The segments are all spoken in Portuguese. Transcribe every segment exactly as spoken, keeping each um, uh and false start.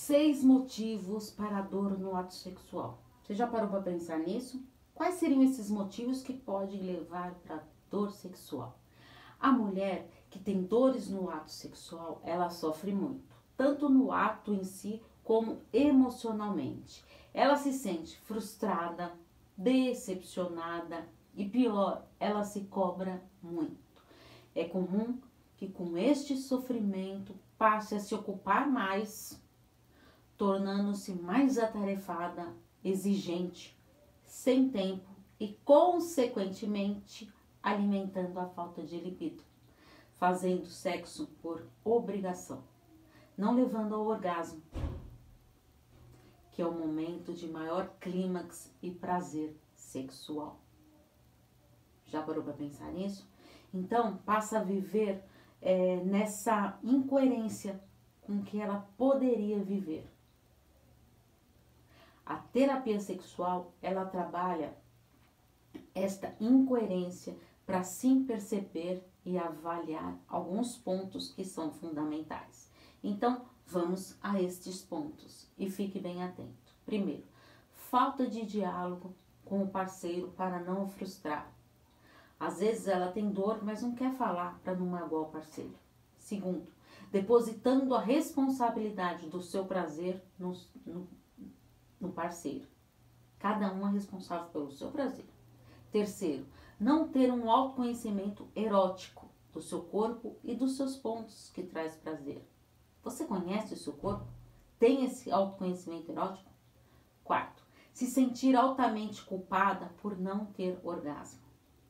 Seis motivos para a dor no ato sexual. Você já parou para pensar nisso? Quais seriam esses motivos que podem levar para dor sexual? A mulher que tem dores no ato sexual, ela sofre muito, tanto no ato em si como emocionalmente. Ela se sente frustrada, decepcionada e pior, ela se cobra muito. É comum que com este sofrimento passe a se ocupar mais, tornando-se mais atarefada, exigente, sem tempo e, consequentemente, alimentando a falta de libido, fazendo sexo por obrigação, não levando ao orgasmo, que é o momento de maior clímax e prazer sexual. Já parou para pensar nisso? Então, passa a viver é, nessa incoerência com que ela poderia viver. A terapia sexual, ela trabalha esta incoerência para sim perceber e avaliar alguns pontos que são fundamentais. Então, vamos a estes pontos e fique bem atento. Primeiro, falta de diálogo com o parceiro para não o frustrar. Às vezes ela tem dor, mas não quer falar para não magoar o parceiro. Segundo, depositando a responsabilidade do seu prazer no, no, no parceiro. Cada um é responsável pelo seu prazer. Terceiro, não ter um autoconhecimento erótico do seu corpo e dos seus pontos que traz prazer. Você conhece o seu corpo? Tem esse autoconhecimento erótico? Quarto, se sentir altamente culpada por não ter orgasmo.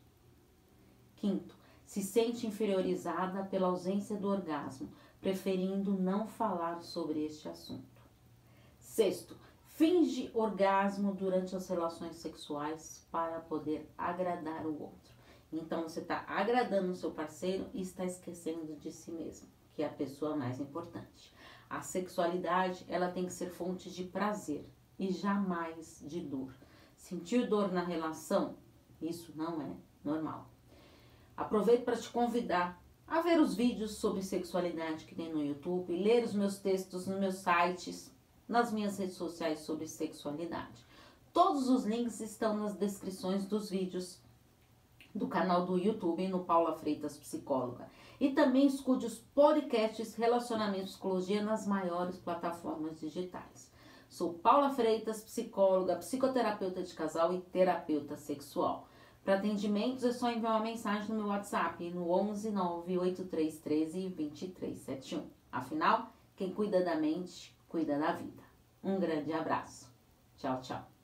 Quinto, se sente inferiorizada pela ausência do orgasmo, preferindo não falar sobre este assunto. Sexto, finge orgasmo durante as relações sexuais para poder agradar o outro. Então você está agradando o seu parceiro e está esquecendo de si mesmo, que é a pessoa mais importante. A sexualidade, ela tem que ser fonte de prazer e jamais de dor. Sentir dor na relação, isso não é normal. Aproveito para te convidar a ver os vídeos sobre sexualidade que tem no YouTube, ler os meus textos nos meus sites, nas minhas redes sociais sobre sexualidade. Todos os links estão nas descrições dos vídeos do canal do YouTube no Paula Freitas Psicóloga. E também escute os podcasts Relacionamento e Psicologia nas maiores plataformas digitais. Sou Paula Freitas, psicóloga, psicoterapeuta de casal e terapeuta sexual. Para atendimentos é só enviar uma mensagem no meu WhatsApp no onze nove oito três um três dois três sete um. Afinal, quem cuida da mente, cuida da vida. Um grande abraço. Tchau, tchau.